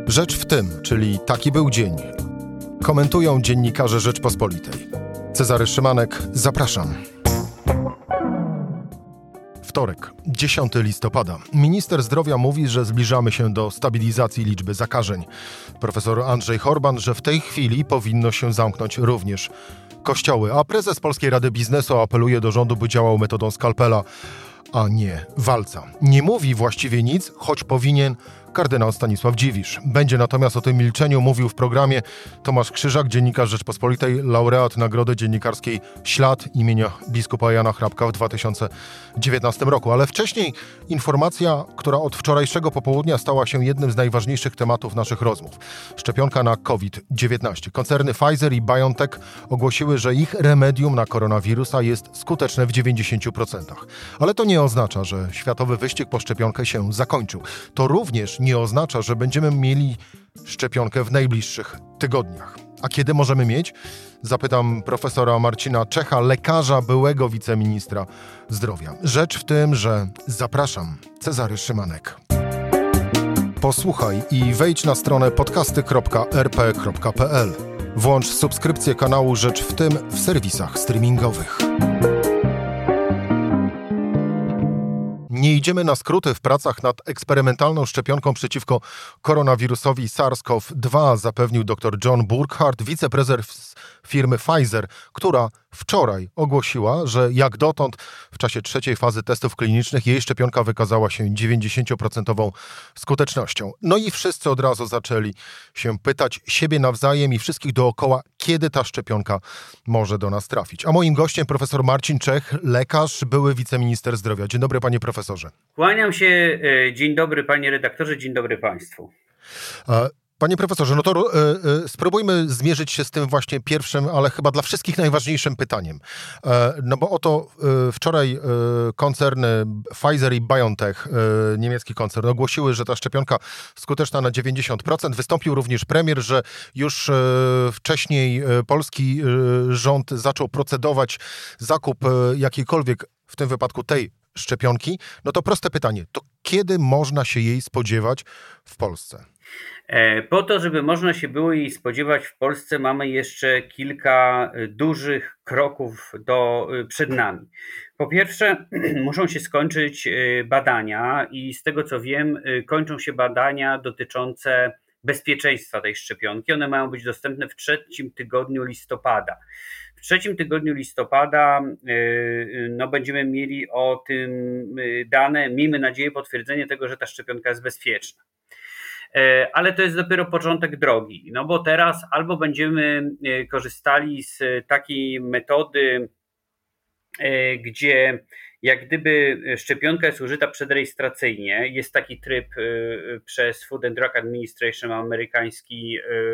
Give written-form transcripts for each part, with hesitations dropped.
Rzecz w tym, czyli taki był dzień. Komentują dziennikarze Rzeczpospolitej. Cezary Szymanek, zapraszam. Wtorek, 10 listopada. Minister zdrowia mówi, że zbliżamy się do stabilizacji liczby zakażeń. Profesor Andrzej Horban, że w tej chwili powinno się zamknąć również kościoły, a prezes Polskiej Rady Biznesu apeluje do rządu, by działał metodą skalpela, a nie walca. Nie mówi właściwie nic, choć powinien kardynał Stanisław Dziwisz. Będzie natomiast o tym milczeniu mówił w programie Tomasz Krzyżak, dziennikarz Rzeczpospolitej, laureat Nagrody Dziennikarskiej Ślad imienia biskupa Jana Hrabka w 2019 roku. Ale wcześniej informacja, która od wczorajszego popołudnia stała się jednym z najważniejszych tematów naszych rozmów. Szczepionka na COVID-19. Koncerny Pfizer i BioNTech ogłosiły, że ich remedium na koronawirusa jest skuteczne w 90%. Ale to nie oznacza, że światowy wyścig po szczepionkę się zakończył. To również nie oznacza, że będziemy mieli szczepionkę w najbliższych tygodniach. A kiedy możemy mieć? Zapytam profesora Marcina Czecha, lekarza, byłego wiceministra zdrowia. Rzecz w tym, że zapraszam, Cezary Szymanek. Posłuchaj i wejdź na stronę podcasty.rp.pl. Włącz subskrypcję kanału Rzecz w tym w serwisach streamingowych. Nie idziemy na skróty w pracach nad eksperymentalną szczepionką przeciwko koronawirusowi SARS-CoV-2, zapewnił dr John Burkhardt, wiceprezes firmy Pfizer, która wczoraj ogłosiła, że jak dotąd w czasie trzeciej fazy testów klinicznych jej szczepionka wykazała się 90% skutecznością. No i wszyscy od razu zaczęli się pytać siebie nawzajem i wszystkich dookoła, kiedy ta szczepionka może do nas trafić. A moim gościem profesor Marcin Czech, lekarz, były wiceminister zdrowia. Dzień dobry, panie profesorze. Kłaniam się. Dzień dobry, panie redaktorze, dzień dobry państwu. Panie profesorze, no to spróbujmy zmierzyć się z tym właśnie pierwszym, ale chyba dla wszystkich najważniejszym pytaniem. No bo oto wczoraj koncerny Pfizer i BioNTech, niemiecki koncern, ogłosiły, że ta szczepionka skuteczna na 90%. Wystąpił również premier, że już wcześniej polski rząd zaczął procedować zakup jakiejkolwiek, w tym wypadku tej szczepionki. No to proste pytanie, to kiedy można się jej spodziewać w Polsce? Po to, żeby można się było jej spodziewać w Polsce, mamy jeszcze kilka dużych kroków przed nami. Po pierwsze, muszą się skończyć badania i z tego co wiem, kończą się badania dotyczące bezpieczeństwa tej szczepionki. One mają być dostępne w trzecim tygodniu listopada. W trzecim tygodniu listopada będziemy mieli o tym dane, miejmy nadzieję, potwierdzenie tego, że ta szczepionka jest bezpieczna. Ale to jest dopiero początek drogi, no bo teraz albo będziemy korzystali z takiej metody, gdzie jak gdyby szczepionka jest użyta przedrejestracyjnie, jest taki tryb przez Food and Drug Administration amerykański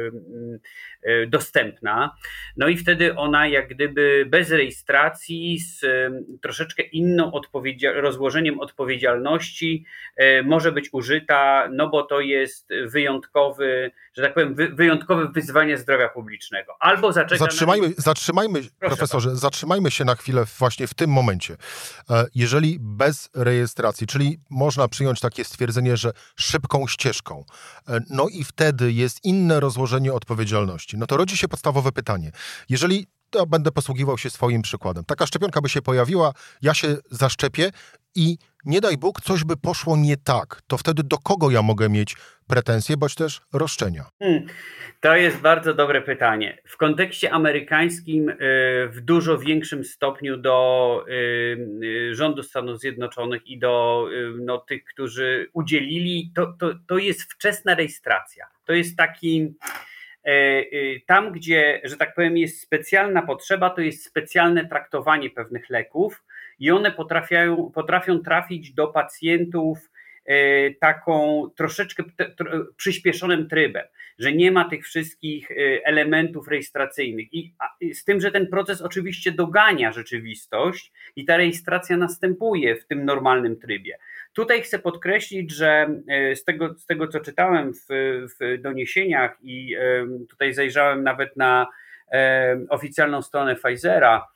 dostępna, no i wtedy ona jak gdyby bez rejestracji z troszeczkę inną rozłożeniem odpowiedzialności może być użyta, no bo to jest wyjątkowy, że tak powiem, wyjątkowe wyzwanie zdrowia publicznego. Albo Zatrzymajmy, profesorze, zatrzymajmy się na chwilę właśnie w tym momencie. Jeżeli bez rejestracji, czyli można przyjąć takie stwierdzenie, że szybką ścieżką, no i wtedy jest inne rozłożenie odpowiedzialności, no to rodzi się podstawowe pytanie. Jeżeli, to będę posługiwał się swoim przykładem, taka szczepionka by się pojawiła, ja się zaszczepię i nie daj Bóg, coś by poszło nie tak, to wtedy do kogo ja mogę mieć pretensje, bądź też roszczenia? To jest bardzo dobre pytanie. W kontekście amerykańskim w dużo większym stopniu do rządu Stanów Zjednoczonych i do tych, którzy udzielili, to jest wczesna rejestracja. To jest taki... Tam, gdzie, że tak powiem, jest specjalna potrzeba, to jest specjalne traktowanie pewnych leków i one potrafią trafić do pacjentów taką troszeczkę przyspieszonym trybem, że nie ma tych wszystkich elementów rejestracyjnych i z tym, że ten proces oczywiście dogania rzeczywistość i ta rejestracja następuje w tym normalnym trybie. Tutaj chcę podkreślić, że z tego co czytałem w doniesieniach i tutaj zajrzałem nawet na oficjalną stronę Pfizera,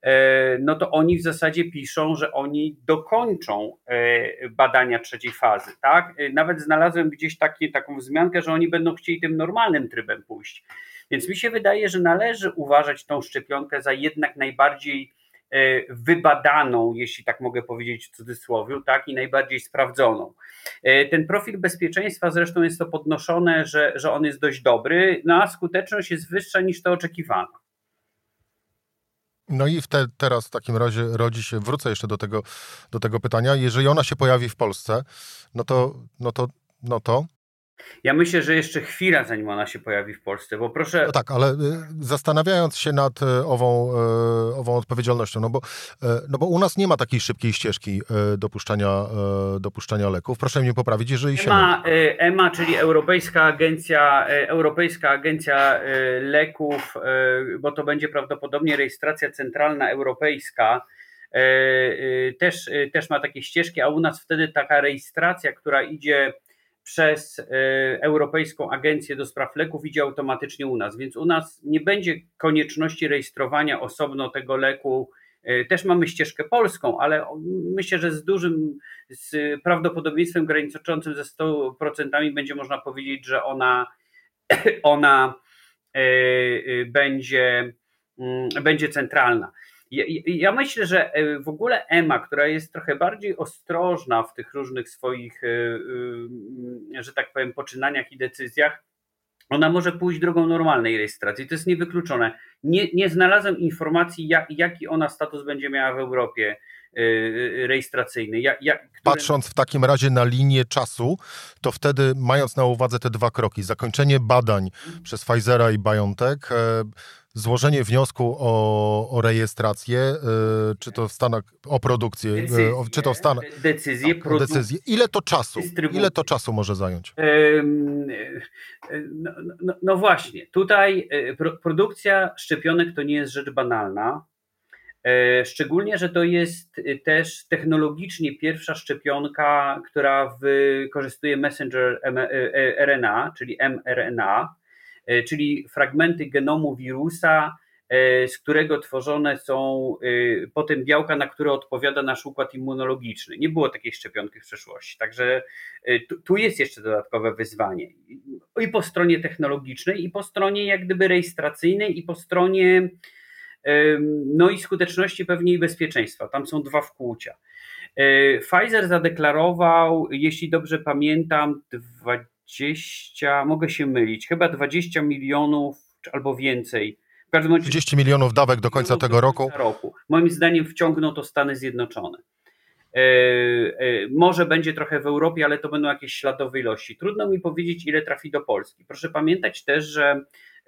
no to oni w zasadzie piszą, że oni dokończą badania trzeciej fazy, tak? Nawet znalazłem gdzieś taką wzmiankę, że oni będą chcieli tym normalnym trybem pójść. Więc mi się wydaje, że należy uważać tą szczepionkę za jednak najbardziej wybadaną, jeśli tak mogę powiedzieć w cudzysłowie, tak, i najbardziej sprawdzoną. Ten profil bezpieczeństwa zresztą jest to podnoszone, że on jest dość dobry, no a skuteczność jest wyższa niż to oczekiwano. No i teraz w takim razie wrócę jeszcze do tego pytania, jeżeli ona się pojawi w Polsce, no to ja myślę, że jeszcze chwila, zanim ona się pojawi w Polsce, bo proszę... No tak, ale zastanawiając się nad ową odpowiedzialnością, no bo u nas nie ma takiej szybkiej ścieżki dopuszczania leków. Proszę mnie poprawić, jeżeli się mylę. EMA, czyli Europejska Agencja Leków, bo to będzie prawdopodobnie rejestracja centralna europejska, też ma takie ścieżki, a u nas wtedy taka rejestracja, która idzie przez Europejską Agencję do Spraw Leków, idzie automatycznie u nas, więc u nas nie będzie konieczności rejestrowania osobno tego leku. Też mamy ścieżkę polską, ale myślę, że z prawdopodobieństwem graniczącym ze 100% będzie można powiedzieć, że ona będzie centralna. Ja myślę, że w ogóle EMA, która jest trochę bardziej ostrożna w tych różnych swoich, że tak powiem, poczynaniach i decyzjach, ona może pójść drogą normalnej rejestracji. To jest niewykluczone. Nie znalazłem informacji, jaki ona status będzie miała w Europie rejestracyjny. Patrząc w takim razie na linię czasu, to wtedy, mając na uwadze te dwa kroki, zakończenie badań przez Pfizera i BioNTech, złożenie wniosku o rejestrację, czy to w Stanach, o produkcję, czy to w Stanach... Decyzję. Ile to czasu może zająć? No właśnie, tutaj produkcja szczepionek to nie jest rzecz banalna. Szczególnie, że to jest też technologicznie pierwsza szczepionka, która wykorzystuje messenger RNA, czyli mRNA, czyli fragmenty genomu wirusa, z którego tworzone są potem białka, na które odpowiada nasz układ immunologiczny. Nie było takiej szczepionki w przeszłości, także tu jest jeszcze dodatkowe wyzwanie. I po stronie technologicznej, i po stronie jak gdyby rejestracyjnej, i po stronie no i skuteczności pewnie i bezpieczeństwa. Tam są dwa wkłucia. Pfizer zadeklarował, jeśli dobrze pamiętam, 20, mogę się mylić, chyba 20 milionów albo więcej. W każdym razie 30 milionów dawek do końca tego roku. Moim zdaniem wciągną to Stany Zjednoczone. Może będzie trochę w Europie, ale to będą jakieś śladowe ilości. Trudno mi powiedzieć, ile trafi do Polski. Proszę pamiętać też, że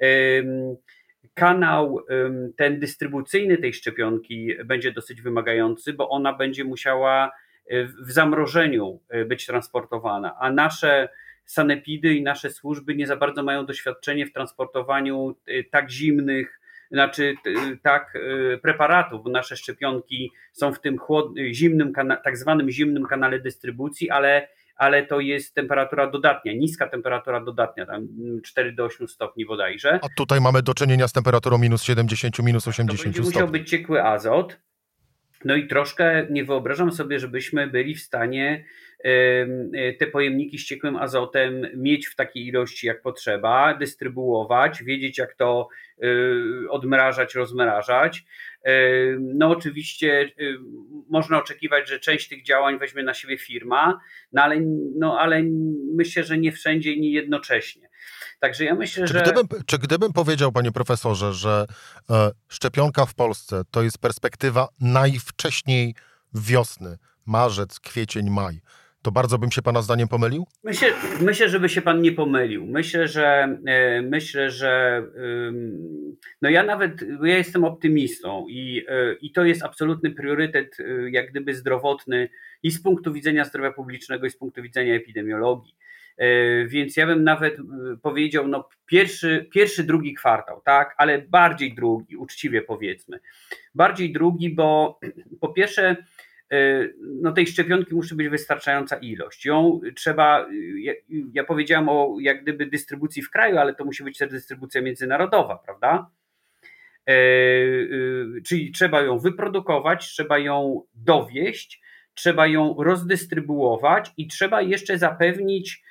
kanał ten dystrybucyjny tej szczepionki będzie dosyć wymagający, bo ona będzie musiała w zamrożeniu być transportowana, a nasze sanepidy i nasze służby nie za bardzo mają doświadczenie w transportowaniu tak zimnych, preparatów, bo nasze szczepionki są w tym zimnym, tak zwanym zimnym kanale dystrybucji, ale to jest temperatura dodatnia, niska temperatura dodatnia, tam 4 do 8 stopni bodajże. A tutaj mamy do czynienia z temperaturą minus 70, minus 80 stopni. To będzie musiał być ciekły azot. No i troszkę nie wyobrażam sobie, żebyśmy byli w stanie te pojemniki z ciekłym azotem mieć w takiej ilości jak potrzeba, dystrybuować, wiedzieć jak to odmrażać, rozmrażać. No oczywiście można oczekiwać, że część tych działań weźmie na siebie firma, ale myślę, że nie wszędzie i nie jednocześnie. Także ja myślę, Czy gdybym powiedział, panie profesorze, że szczepionka w Polsce to jest perspektywa najwcześniej wiosny, marzec, kwiecień, maj, to bardzo bym się pana zdaniem pomylił? Myślę, żeby się pan nie pomylił. Myślę, że no ja jestem optymistą i to jest absolutny priorytet jak gdyby zdrowotny i z punktu widzenia zdrowia publicznego, i z punktu widzenia epidemiologii. Więc ja bym nawet powiedział, no pierwszy, drugi kwartał, tak, ale bardziej drugi, uczciwie powiedzmy. Bardziej drugi, bo po pierwsze, no tej szczepionki musi być wystarczająca ilość. Ją trzeba, ja powiedziałem o jak gdyby dystrybucji w kraju, ale to musi być też dystrybucja międzynarodowa, prawda? Czyli trzeba ją wyprodukować, trzeba ją dowieść, trzeba ją rozdystrybuować i trzeba jeszcze zapewnić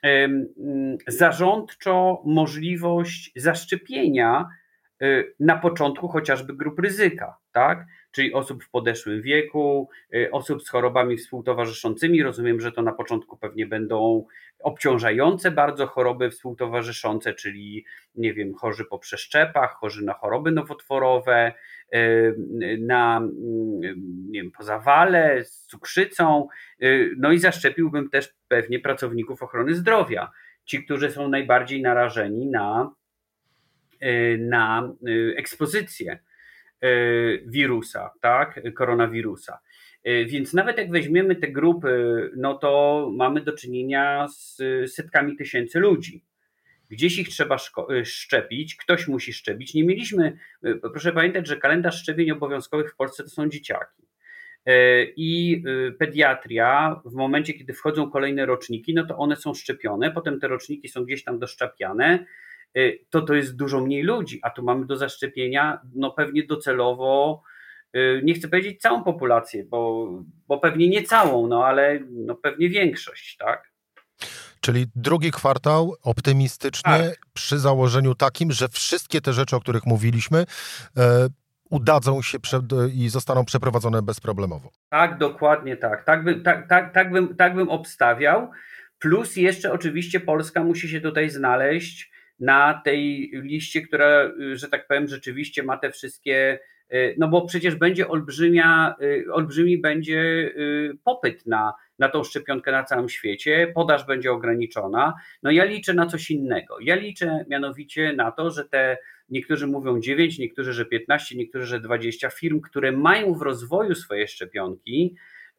zarządczo możliwość zaszczepienia na początku chociażby grup ryzyka, tak? Czyli osób w podeszłym wieku, osób z chorobami współtowarzyszącymi. Rozumiem, że to na początku pewnie będą obciążające bardzo choroby współtowarzyszące, czyli nie wiem, chorzy po przeszczepach, chorzy na choroby nowotworowe, na nie wiem, po zawale, z cukrzycą. No i zaszczepiłbym też pewnie pracowników ochrony zdrowia, ci, którzy są najbardziej narażeni na ekspozycję wirusa, tak, koronawirusa. Więc nawet jak weźmiemy te grupy, no to mamy do czynienia z setkami tysięcy ludzi. Gdzieś ich trzeba szczepić, ktoś musi szczepić. Nie mieliśmy, proszę pamiętać, że kalendarz szczepień obowiązkowych w Polsce to są dzieciaki. I pediatria, w momencie, kiedy wchodzą kolejne roczniki, no to one są szczepione, potem te roczniki są gdzieś tam doszczepiane, to jest dużo mniej ludzi, a tu mamy do zaszczepienia, no pewnie docelowo, nie chcę powiedzieć całą populację, bo pewnie nie całą, no ale no pewnie większość, tak? Czyli drugi kwartał optymistycznie, tak, przy założeniu takim, że wszystkie te rzeczy, o których mówiliśmy, udadzą się i zostaną przeprowadzone bezproblemowo. Tak, dokładnie tak. Tak bym obstawiał. Plus jeszcze oczywiście Polska musi się tutaj znaleźć na tej liście, która, że tak powiem, rzeczywiście ma te wszystkie, no bo przecież będzie olbrzymi będzie popyt na tą szczepionkę na całym świecie, podaż będzie ograniczona. No ja liczę na coś innego. Ja liczę mianowicie na to, że niektórzy mówią 9, niektórzy, że 15, niektórzy, że 20 firm, które mają w rozwoju swoje szczepionki,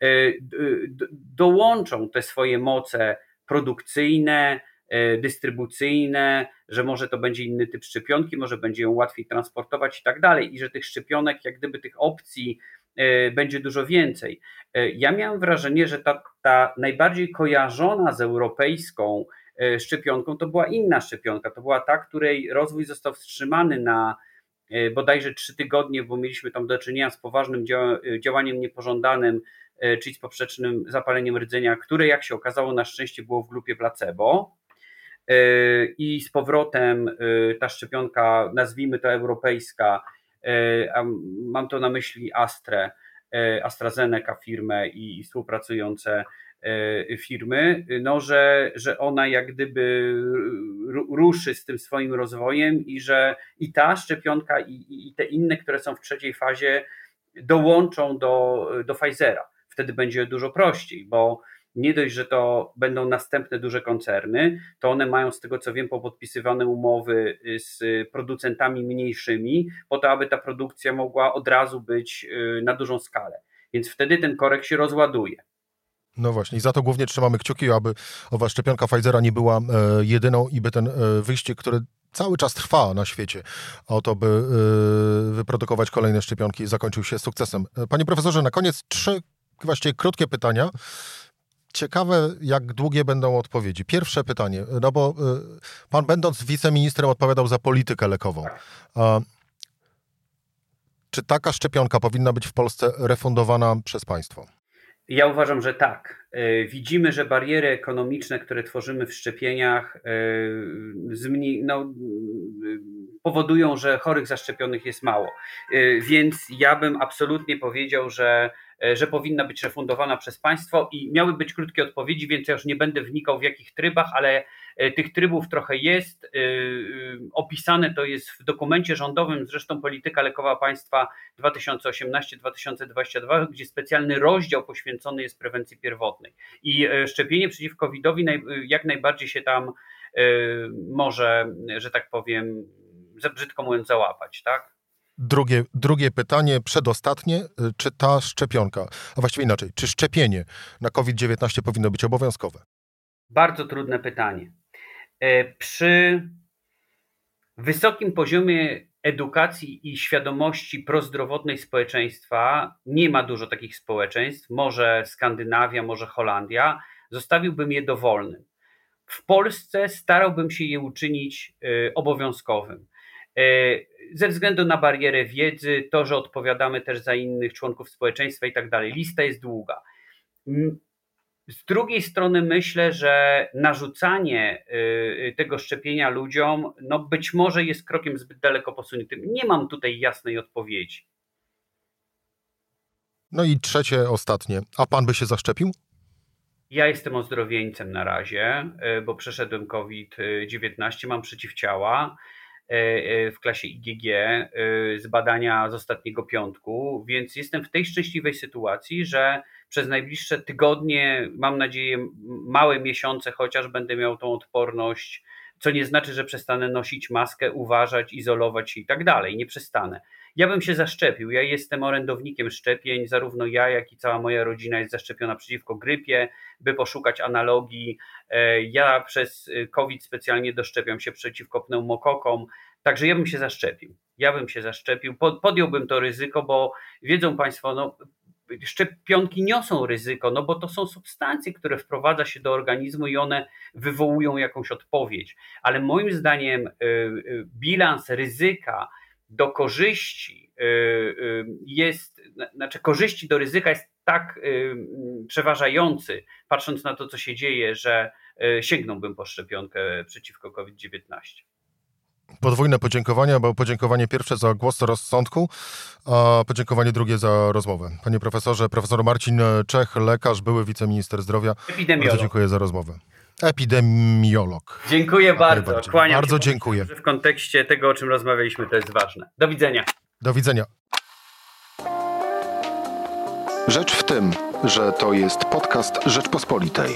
dołączą te swoje moce produkcyjne, dystrybucyjne, że może to będzie inny typ szczepionki, może będzie ją łatwiej transportować i tak dalej, i że tych szczepionek, jak gdyby tych opcji będzie dużo więcej. Ja miałem wrażenie, że ta najbardziej kojarzona z europejską szczepionką to była inna szczepionka, to była ta, której rozwój został wstrzymany na bodajże 3 tygodnie, bo mieliśmy tam do czynienia z poważnym działaniem niepożądanym, czyli z poprzecznym zapaleniem rdzenia, które jak się okazało na szczęście było w grupie placebo. I z powrotem ta szczepionka, nazwijmy to europejska, mam to na myśli AstraZeneca firmę i współpracujące firmy, no, że ona jak gdyby ruszy z tym swoim rozwojem i że i ta szczepionka i te inne, które są w trzeciej fazie, dołączą do Pfizera. Wtedy będzie dużo prościej, bo nie dość, że to będą następne duże koncerny, to one mają, z tego co wiem, popodpisywane umowy z producentami mniejszymi, po to, aby ta produkcja mogła od razu być na dużą skalę. Więc wtedy ten korek się rozładuje. No właśnie, i za to głównie trzymamy kciuki, aby owa szczepionka Pfizera nie była jedyną i by ten wyścig, który cały czas trwa na świecie, o to, by wyprodukować kolejne szczepionki, zakończył się sukcesem. Panie profesorze, na koniec 3 właściwie krótkie pytania. Ciekawe, jak długie będą odpowiedzi. Pierwsze pytanie, no bo pan będąc wiceministrem odpowiadał za politykę lekową. Czy taka szczepionka powinna być w Polsce refundowana przez państwo? Ja uważam, że tak. Widzimy, że bariery ekonomiczne, które tworzymy w szczepieniach, powodują, że chorych zaszczepionych jest mało. Więc ja bym absolutnie powiedział, że powinna być refundowana przez państwo i miały być krótkie odpowiedzi, więc ja już nie będę wnikał w jakich trybach, ale tych trybów trochę jest. Opisane to jest w dokumencie rządowym, zresztą Polityka lekowa państwa 2018-2022, gdzie specjalny rozdział poświęcony jest prewencji pierwotnej. I szczepienie przeciw COVID-owi jak najbardziej się tam może, że tak powiem, brzydko mówiąc, załapać, tak? Drugie pytanie, przedostatnie. Czy ta szczepionka, a właściwie inaczej, czy szczepienie na COVID-19 powinno być obowiązkowe? Bardzo trudne pytanie. Przy wysokim poziomie edukacji i świadomości prozdrowotnej społeczeństwa, nie ma dużo takich społeczeństw, może Skandynawia, może Holandia, zostawiłbym je dowolnym. W Polsce starałbym się je uczynić obowiązkowym. Ze względu na barierę wiedzy, to, że odpowiadamy też za innych członków społeczeństwa i tak dalej. Lista jest długa. Z drugiej strony myślę, że narzucanie tego szczepienia ludziom, no być może jest krokiem zbyt daleko posuniętym. Nie mam tutaj jasnej odpowiedzi. No i trzecie, ostatnie. A pan by się zaszczepił? Ja jestem ozdrowieńcem na razie, bo przeszedłem COVID-19, mam przeciwciała w klasie IgG z badania z ostatniego piątku, więc jestem w tej szczęśliwej sytuacji, że przez najbliższe tygodnie, mam nadzieję małe miesiące chociaż, będę miał tą odporność, co nie znaczy, że przestanę nosić maskę, uważać, izolować się i tak dalej, nie przestanę. Ja bym się zaszczepił, ja jestem orędownikiem szczepień, zarówno ja, jak i cała moja rodzina jest zaszczepiona przeciwko grypie, by poszukać analogii. Ja przez COVID specjalnie doszczepiam się przeciwko pneumokokom, także ja bym się zaszczepił, podjąłbym to ryzyko, bo wiedzą Państwo, no, szczepionki niosą ryzyko, no bo to są substancje, które wprowadza się do organizmu i one wywołują jakąś odpowiedź, ale moim zdaniem bilans ryzyka do korzyści jest, znaczy korzyści do ryzyka jest tak przeważający, patrząc na to, co się dzieje, że sięgnąłbym po szczepionkę przeciwko COVID-19. Podwójne podziękowania, bo podziękowanie pierwsze za głos rozsądku, a podziękowanie drugie za rozmowę. Panie profesorze, profesor Marcin Czech, lekarz, były wiceminister zdrowia. Epidemiolog. Bardzo dziękuję za rozmowę. Epidemiolog. Dziękuję bardzo. Kłaniam bardzo się, dziękuję. W kontekście tego, o czym rozmawialiśmy, to jest ważne. Do widzenia. Do widzenia. Rzecz w tym, że to jest podcast Rzeczpospolitej.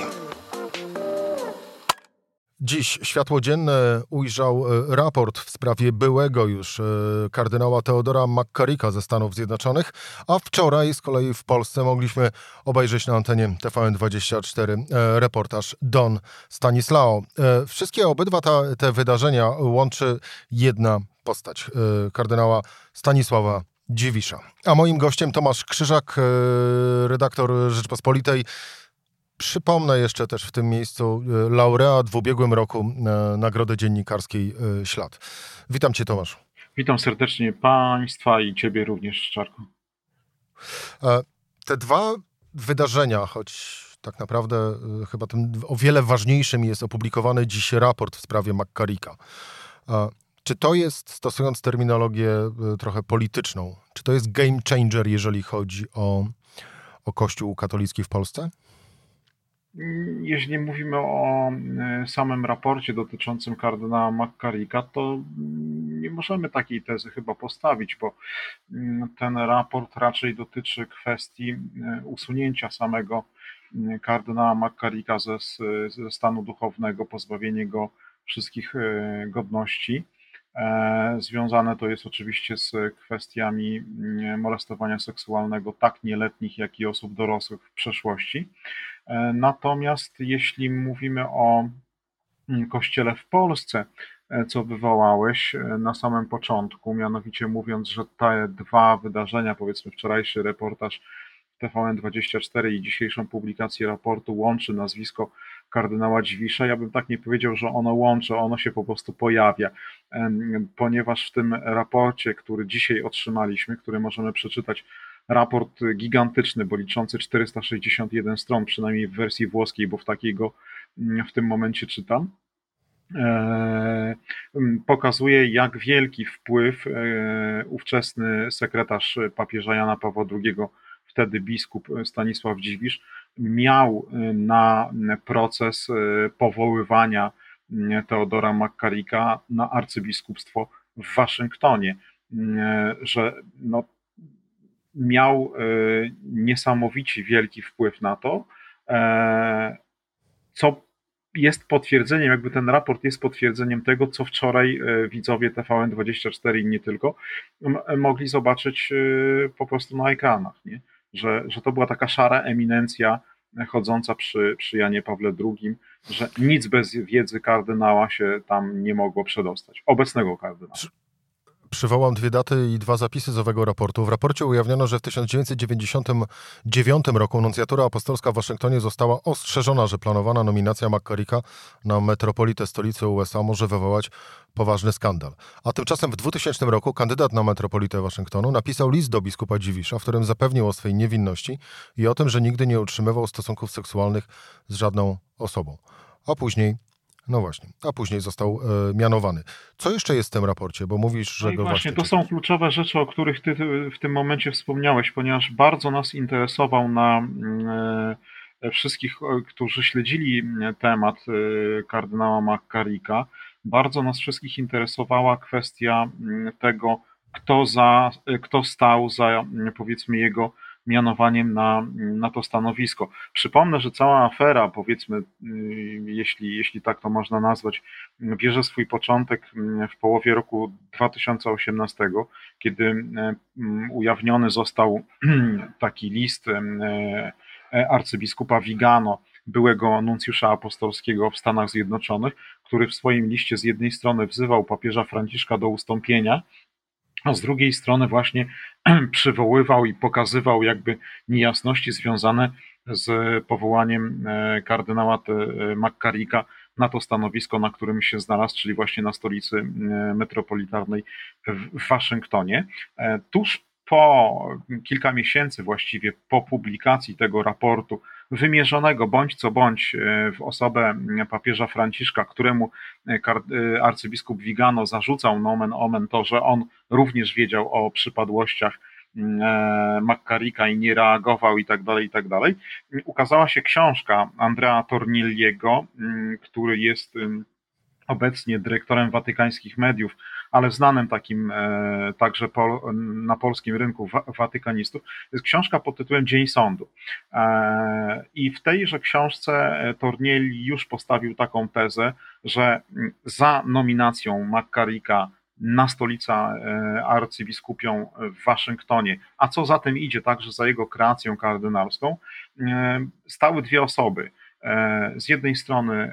Dziś światło dzienne ujrzał raport w sprawie byłego już kardynała Theodora McCarricka ze Stanów Zjednoczonych, a wczoraj z kolei w Polsce mogliśmy obejrzeć na antenie TVN24 reportaż Don Stanislao. Wszystkie obydwa te wydarzenia łączy jedna postać, kardynała Stanisława Dziwisza. A moim gościem Tomasz Krzyżak, redaktor Rzeczpospolitej. Przypomnę jeszcze też w tym miejscu laureat w ubiegłym roku Nagrody Dziennikarskiej Ślad. Witam Cię, Tomasz. Witam serdecznie Państwa i Ciebie również, Szczarko. Te dwa wydarzenia, choć tak naprawdę chyba tym o wiele ważniejszym jest opublikowany dziś raport w sprawie McCarricka. Czy to jest, stosując terminologię trochę polityczną, czy to jest game changer, jeżeli chodzi o Kościół katolicki w Polsce? Jeżeli mówimy o samym raporcie dotyczącym kardynała McCarricka, to nie możemy takiej tezy chyba postawić, bo ten raport raczej dotyczy kwestii usunięcia samego kardynała McCarricka ze stanu duchownego, pozbawienia go wszystkich godności. Związane to jest oczywiście z kwestiami molestowania seksualnego tak nieletnich, jak i osób dorosłych w przeszłości. Natomiast jeśli mówimy o Kościele w Polsce, co wywołałeś na samym początku, mianowicie mówiąc, że te dwa wydarzenia, powiedzmy wczorajszy reportaż TVN24 i dzisiejszą publikację raportu łączy nazwisko kardynała Dziwisza, ja bym tak nie powiedział, że ono łączy, ono się po prostu pojawia, ponieważ w tym raporcie, który dzisiaj otrzymaliśmy, który możemy przeczytać, raport gigantyczny, bo liczący 461 stron, przynajmniej w wersji włoskiej, bo w takiej go w tym momencie czytam, pokazuje, jak wielki wpływ ówczesny sekretarz papieża Jana Pawła II, wtedy biskup Stanisław Dziwisz, miał na proces powoływania Theodora McCarricka na arcybiskupstwo w Waszyngtonie, że no, miał niesamowicie wielki wpływ na to, co jest potwierdzeniem, jakby ten raport jest potwierdzeniem tego, co wczoraj widzowie TVN24 i nie tylko mogli zobaczyć po prostu na ekranach, nie? Że to była taka szara eminencja chodząca przy Janie Pawle II, że nic bez wiedzy kardynała się tam nie mogło przedostać, obecnego kardynała. Przywołam 2 daty i 2 zapisy z owego raportu. W raporcie ujawniono, że w 1999 roku nuncjatura apostolska w Waszyngtonie została ostrzeżona, że planowana nominacja McCarricka na metropolitę stolicy USA może wywołać poważny skandal. A tymczasem w 2000 roku kandydat na metropolitę Waszyngtonu napisał list do biskupa Dziwisza, w którym zapewnił o swej niewinności i o tym, że nigdy nie utrzymywał stosunków seksualnych z żadną osobą. A później został mianowany. Co jeszcze jest w tym raporcie? Bo mówisz, że go właśnie to są kluczowe rzeczy, o których ty w tym momencie wspomniałeś, ponieważ bardzo nas interesował na wszystkich, którzy śledzili temat kardynała McCarricka, bardzo nas wszystkich interesowała kwestia tego, kto stał za, powiedzmy, jego mianowaniem na to stanowisko. Przypomnę, że cała afera, powiedzmy, jeśli tak to można nazwać, bierze swój początek w połowie roku 2018, kiedy ujawniony został taki list arcybiskupa Vigano, byłego nuncjusza apostolskiego w Stanach Zjednoczonych, który w swoim liście z jednej strony wzywał papieża Franciszka do ustąpienia, a z drugiej strony właśnie przywoływał i pokazywał jakby niejasności związane z powołaniem kardynała McCarricka na to stanowisko, na którym się znalazł, czyli właśnie na stolicy metropolitarnej w Waszyngtonie. Tuż po kilka miesięcy właściwie po publikacji tego raportu, wymierzonego bądź co bądź w osobę papieża Franciszka, któremu arcybiskup Vigano zarzucał nomen omen to, że on również wiedział o przypadłościach McCarricka i nie reagował i tak dalej, ukazała się książka Andrea Tornielliego, który jest obecnie dyrektorem watykańskich mediów, ale znanym takim także na polskim rynku watykanistów. Jest książka pod tytułem Dzień Sądu. I w tejże książce Tornielli już postawił taką tezę, że za nominacją McCarricka na stolicę arcybiskupią w Waszyngtonie, a co za tym idzie, także za jego kreacją kardynalską, stały 2 osoby. Z jednej strony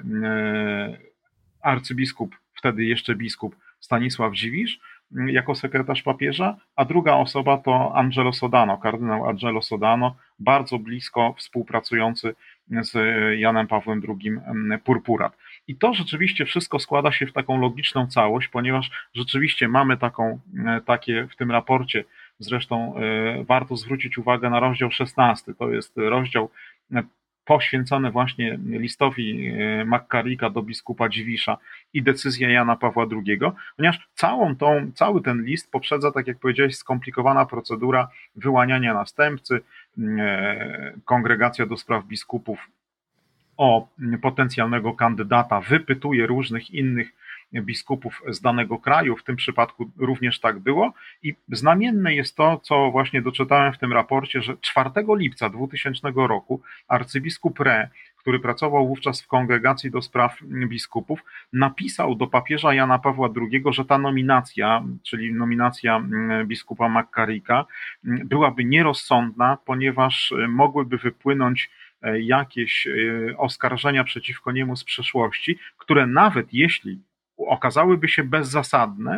arcybiskup, wtedy jeszcze biskup Stanisław Dziwisz, jako sekretarz papieża, a druga osoba to Angelo Sodano, kardynał Angelo Sodano, bardzo blisko współpracujący z Janem Pawłem II purpurat. I to rzeczywiście wszystko składa się w taką logiczną całość, ponieważ rzeczywiście mamy takie w tym raporcie, zresztą warto zwrócić uwagę na rozdział 16, to jest rozdział poświęcony właśnie listowi McCarricka do biskupa Dziwisza i decyzja Jana Pawła II, ponieważ cały ten list poprzedza, tak jak powiedziałeś, skomplikowana procedura wyłaniania następcy, kongregacja do spraw biskupów o potencjalnego kandydata wypytuje różnych innych biskupów z danego kraju, w tym przypadku również tak było i znamienne jest to, co właśnie doczytałem w tym raporcie, że 4 lipca 2000 roku arcybiskup Re, który pracował wówczas w kongregacji do spraw biskupów, napisał do papieża Jana Pawła II, że ta nominacja, czyli nominacja biskupa McCarricka, byłaby nierozsądna, ponieważ mogłyby wypłynąć jakieś oskarżenia przeciwko niemu z przeszłości, które nawet jeśli okazałyby się bezzasadne,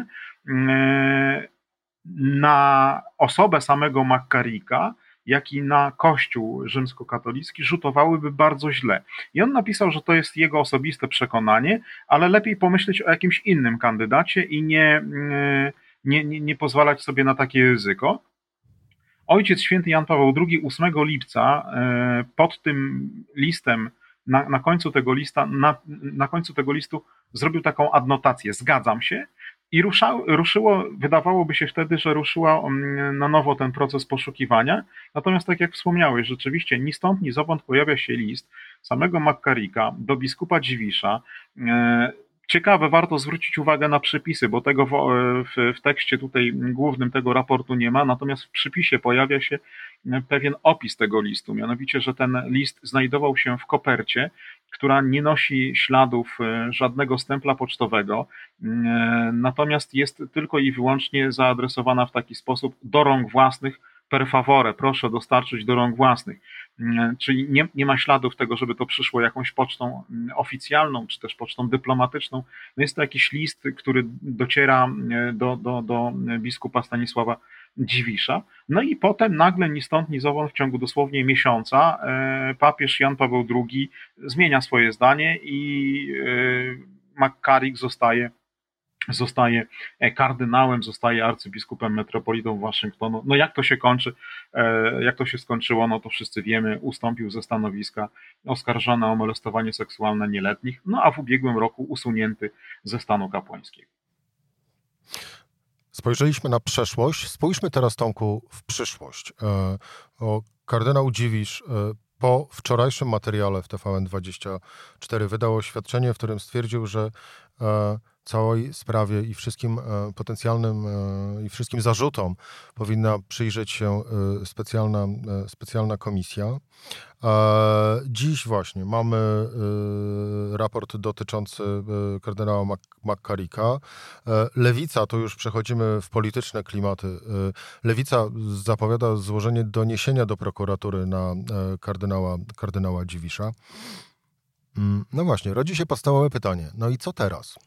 na osobę samego McCarricka, jak i na Kościół rzymskokatolicki rzutowałyby bardzo źle. I on napisał, że to jest jego osobiste przekonanie, ale lepiej pomyśleć o jakimś innym kandydacie i nie pozwalać sobie na takie ryzyko. Ojciec Święty Jan Paweł II 8 lipca pod tym listem, na końcu tego listu zrobił taką adnotację, zgadzam się, i ruszyło, wydawałoby się wtedy, że ruszyła na nowo ten proces poszukiwania, natomiast tak jak wspomniałeś, rzeczywiście ni stąd, ni zowąd pojawia się list samego McCarricka do biskupa Dziwisza. Ciekawe, warto zwrócić uwagę na przypisy, bo tego w tekście tutaj głównym tego raportu nie ma, natomiast w przypisie pojawia się pewien opis tego listu, mianowicie, że ten list znajdował się w kopercie, która nie nosi śladów żadnego stempla pocztowego, natomiast jest tylko i wyłącznie zaadresowana w taki sposób do rąk własnych, per favore, proszę dostarczyć do rąk własnych. czyli nie ma śladów tego, żeby to przyszło jakąś pocztą oficjalną, czy też pocztą dyplomatyczną. No jest to jakiś list, który dociera do biskupa Stanisława Dziwisza. No i potem nagle ni stąd, ni zowąd w ciągu dosłownie miesiąca papież Jan Paweł II zmienia swoje zdanie i McCarrick zostaje kardynałem, zostaje arcybiskupem metropolitą Waszyngtonu. No jak to się kończy, jak to się skończyło, no to wszyscy wiemy, ustąpił ze stanowiska, oskarżony o molestowanie seksualne nieletnich, no a w ubiegłym roku usunięty ze stanu kapłańskiego. Spojrzeliśmy na przeszłość, spójrzmy teraz, Tomku, w przyszłość. Kardynał Dziwisz po wczorajszym materiale w TVN24 wydał oświadczenie, w którym stwierdził, że całej sprawie i wszystkim potencjalnym i wszystkim zarzutom powinna przyjrzeć się specjalna komisja. Dziś właśnie mamy raport dotyczący kardynała McCarricka. Lewica, to już przechodzimy w polityczne klimaty. Lewica zapowiada złożenie doniesienia do prokuratury na kardynała Dziwisza. No właśnie, rodzi się podstawowe pytanie. No i co teraz?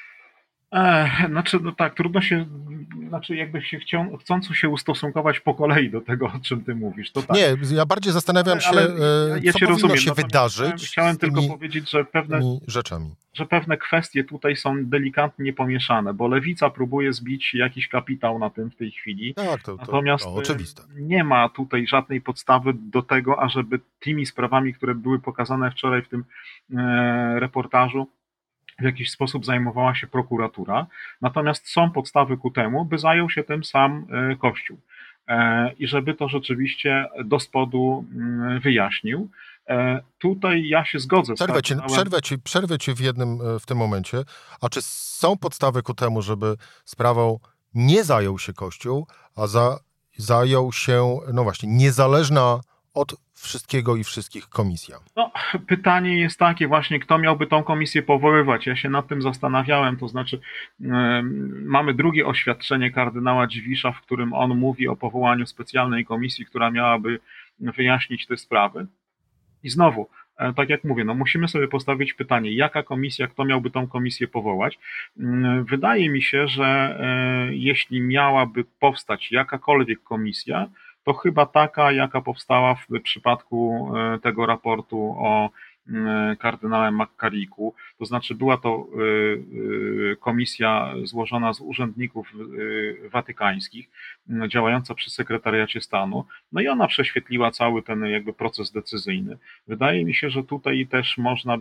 No tak, trudno się, jakby się chcąc się ustosunkować po kolei do tego, o czym ty mówisz, to tak. Nie, ja bardziej zastanawiam się, ja co cię powinno rozumiem, się wydarzyć. Chciałem tylko powiedzieć, że pewne kwestie tutaj są delikatnie pomieszane, bo Lewica próbuje zbić jakiś kapitał na tym w tej chwili. Tak, natomiast oczywiste. Nie ma tutaj żadnej podstawy do tego, ażeby tymi sprawami, które były pokazane wczoraj w tym reportażu, w jakiś sposób zajmowała się prokuratura, natomiast są podstawy ku temu, by zajął się tym sam Kościół i żeby to rzeczywiście do spodu wyjaśnił. Tutaj ja się zgodzę. Przerwę ci w tym momencie. A czy są podstawy ku temu, żeby sprawą nie zajął się Kościół, a zajął się, no właśnie, niezależna od wszystkiego i wszystkich komisja? No, pytanie jest takie właśnie, kto miałby tą komisję powoływać. Ja się nad tym zastanawiałem, to znaczy mamy drugie oświadczenie kardynała Dziwisza, w którym on mówi o powołaniu specjalnej komisji, która miałaby wyjaśnić te sprawy. I znowu, tak jak mówię, no musimy sobie postawić pytanie, jaka komisja, kto miałby tą komisję powołać. Wydaje mi się, że jeśli miałaby powstać jakakolwiek komisja, to chyba taka, jaka powstała w przypadku tego raportu o kardynale McCarricku, to znaczy była to komisja złożona z urzędników watykańskich, działająca przy sekretariacie stanu, no i ona prześwietliła cały ten jakby proces decyzyjny. Wydaje mi się, że tutaj też można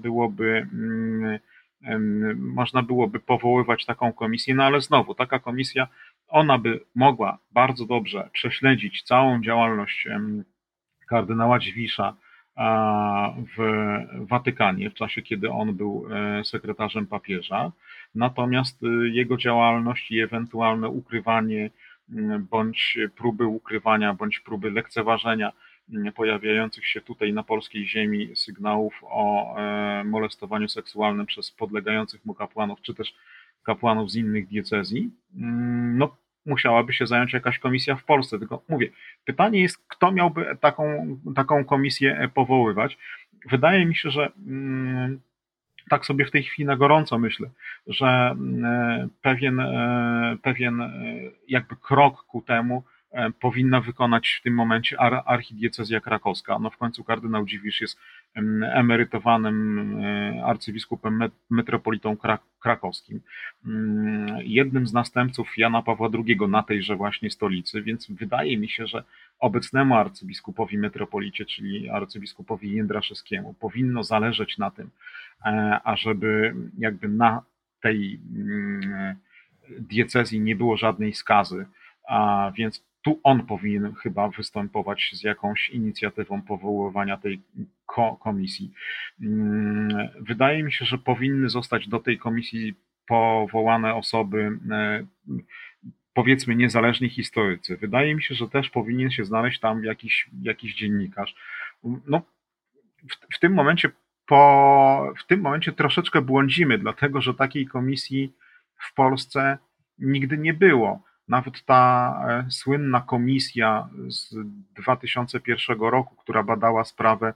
byłoby powoływać taką komisję, no ale znowu, taka komisja, ona by mogła bardzo dobrze prześledzić całą działalność kardynała Dziwisza w Watykanie w czasie, kiedy on był sekretarzem papieża, natomiast jego działalność i ewentualne ukrywanie bądź próby ukrywania, bądź próby lekceważenia pojawiających się tutaj na polskiej ziemi sygnałów o molestowaniu seksualnym przez podlegających mu kapłanów, czy też kapłanów z innych diecezji, no musiałaby się zająć jakaś komisja w Polsce. Tylko mówię, pytanie jest, kto miałby taką komisję powoływać. Wydaje mi się, że tak sobie w tej chwili na gorąco myślę, że pewien jakby krok ku temu powinna wykonać w tym momencie archidiecezja krakowska. No w końcu kardynał Dziwisz jest emerytowanym arcybiskupem metropolitą krakowskim, jednym z następców Jana Pawła II na tejże właśnie stolicy, więc wydaje mi się, że obecnemu arcybiskupowi metropolicie, czyli arcybiskupowi Jędraszewskiemu, powinno zależeć na tym, ażeby jakby na tej diecezji nie było żadnej skazy, a więc tu on powinien chyba występować z jakąś inicjatywą powoływania tej komisji. Wydaje mi się, że powinny zostać do tej komisji powołane osoby, powiedzmy niezależni historycy. Wydaje mi się, że też powinien się znaleźć tam jakiś dziennikarz. No, w tym momencie troszeczkę błądzimy, dlatego że takiej komisji w Polsce nigdy nie było. Nawet ta słynna komisja z 2001 roku, która badała sprawę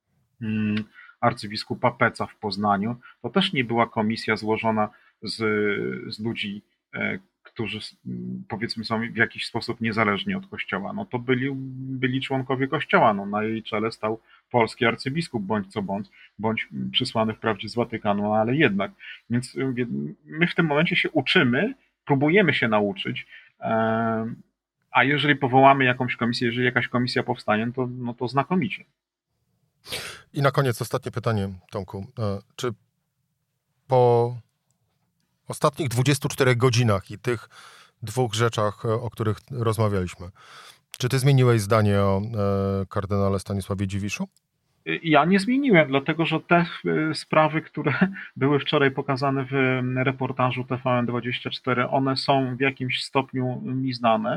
arcybiskupa Peca w Poznaniu, to też nie była komisja złożona z ludzi, którzy powiedzmy są w jakiś sposób niezależni od Kościoła. No to byli członkowie Kościoła. No, na jej czele stał polski arcybiskup, bądź przysłany wprawdzie z Watykanu, ale jednak. Więc my w tym momencie się uczymy, próbujemy się nauczyć, a jeżeli powołamy jakąś komisję, jeżeli jakaś komisja powstanie, to znakomicie. I na koniec ostatnie pytanie, Tomku. Czy po ostatnich 24 godzinach i tych dwóch rzeczach, o których rozmawialiśmy, czy ty zmieniłeś zdanie o kardynale Stanisławie Dziwiszu? Ja nie zmieniłem, dlatego że te sprawy, które były wczoraj pokazane w reportażu TVN24, one są w jakimś stopniu mi znane.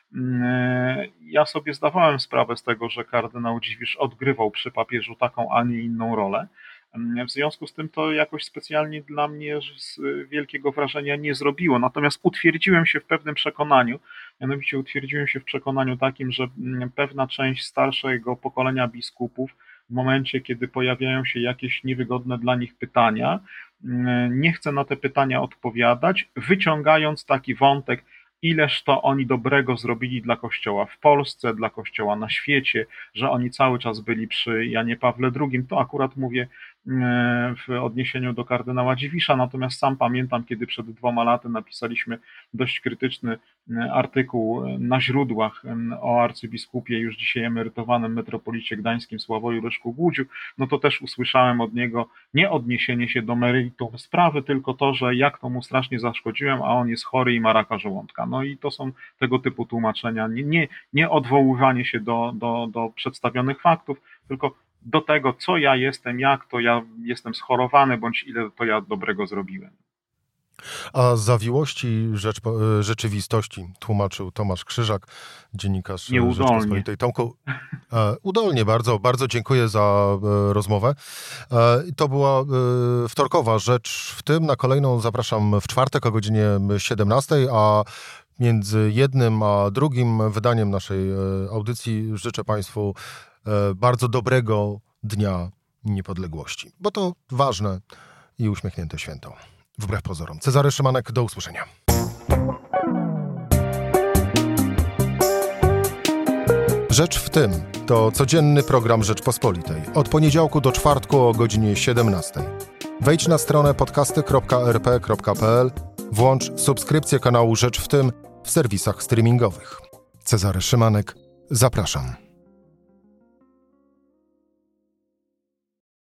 Ja sobie zdawałem sprawę z tego, że kardynał Dziwisz odgrywał przy papieżu taką, a nie inną rolę. W związku z tym to jakoś specjalnie dla mnie wielkiego wrażenia nie zrobiło. Natomiast utwierdziłem się w pewnym przekonaniu, mianowicie utwierdziłem się w przekonaniu takim, że pewna część starszego pokolenia biskupów w momencie, kiedy pojawiają się jakieś niewygodne dla nich pytania, nie chce na te pytania odpowiadać, wyciągając taki wątek, ileż to oni dobrego zrobili dla Kościoła w Polsce, dla Kościoła na świecie, że oni cały czas byli przy Janie Pawle II. To akurat mówię w odniesieniu do kardynała Dziwisza, natomiast sam pamiętam, kiedy przed 2 laty napisaliśmy dość krytyczny artykuł na źródłach o arcybiskupie już dzisiaj emerytowanym metropolicie gdańskim Sławoju Leszku Głudziu, no to też usłyszałem od niego nie odniesienie się do meritum sprawy, tylko to, że jak to mu strasznie zaszkodziłem, a on jest chory i ma raka żołądka. No i to są tego typu tłumaczenia, nie odwoływanie się do przedstawionych faktów, tylko do tego, co ja jestem, jak to ja jestem schorowany, bądź ile to ja dobrego zrobiłem. A zawiłości rzeczywistości tłumaczył Tomasz Krzyżak, dziennikarz Rzeczpospolitej. Tomku, udolnie bardzo, bardzo dziękuję za rozmowę. To była wtorkowa Rzecz w tym. Na kolejną zapraszam w czwartek o godzinie 17, a między jednym a drugim wydaniem naszej audycji życzę Państwu bardzo dobrego Dnia Niepodległości, bo to ważne i uśmiechnięte święto. Wbrew pozorom. Cezary Szymanek, do usłyszenia. Rzecz w tym to codzienny program Rzeczpospolitej. Od poniedziałku do czwartku o godzinie 17. Wejdź na stronę podcasty.rp.pl, włącz subskrypcję kanału Rzecz w tym w serwisach streamingowych. Cezary Szymanek, zapraszam.